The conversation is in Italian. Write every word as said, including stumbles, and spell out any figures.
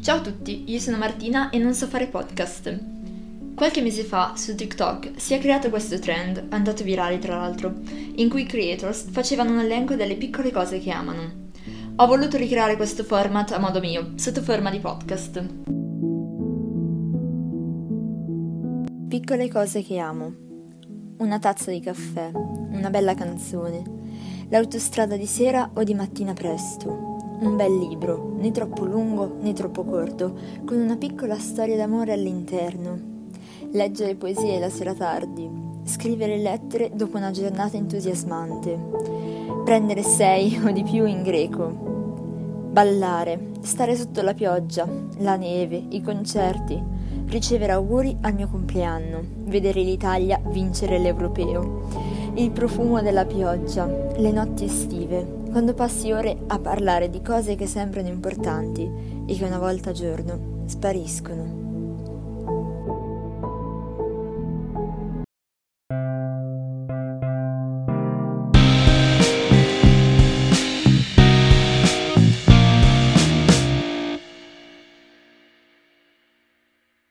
Ciao a tutti, io sono Martina e non so fare podcast. Qualche mese fa su TikTok si è creato questo trend, andato virale tra l'altro, in cui i creators facevano un elenco delle piccole cose che amano. Ho voluto ricreare questo format a modo mio, sotto forma di podcast. Piccole cose che amo. Una tazza di caffè, una bella canzone, l'autostrada di sera o di mattina presto. Un bel libro, né troppo lungo né troppo corto, con una piccola storia d'amore all'interno. Leggere poesie la sera tardi. Scrivere lettere dopo una giornata entusiasmante. Prendere sei o di più in greco. Ballare, stare sotto la pioggia, la neve, i concerti. Ricevere auguri al mio compleanno. Vedere l'Italia vincere l'Europeo. Il profumo della pioggia, le notti estive. Quando passi ore a parlare di cose che sembrano importanti e che una volta al giorno spariscono.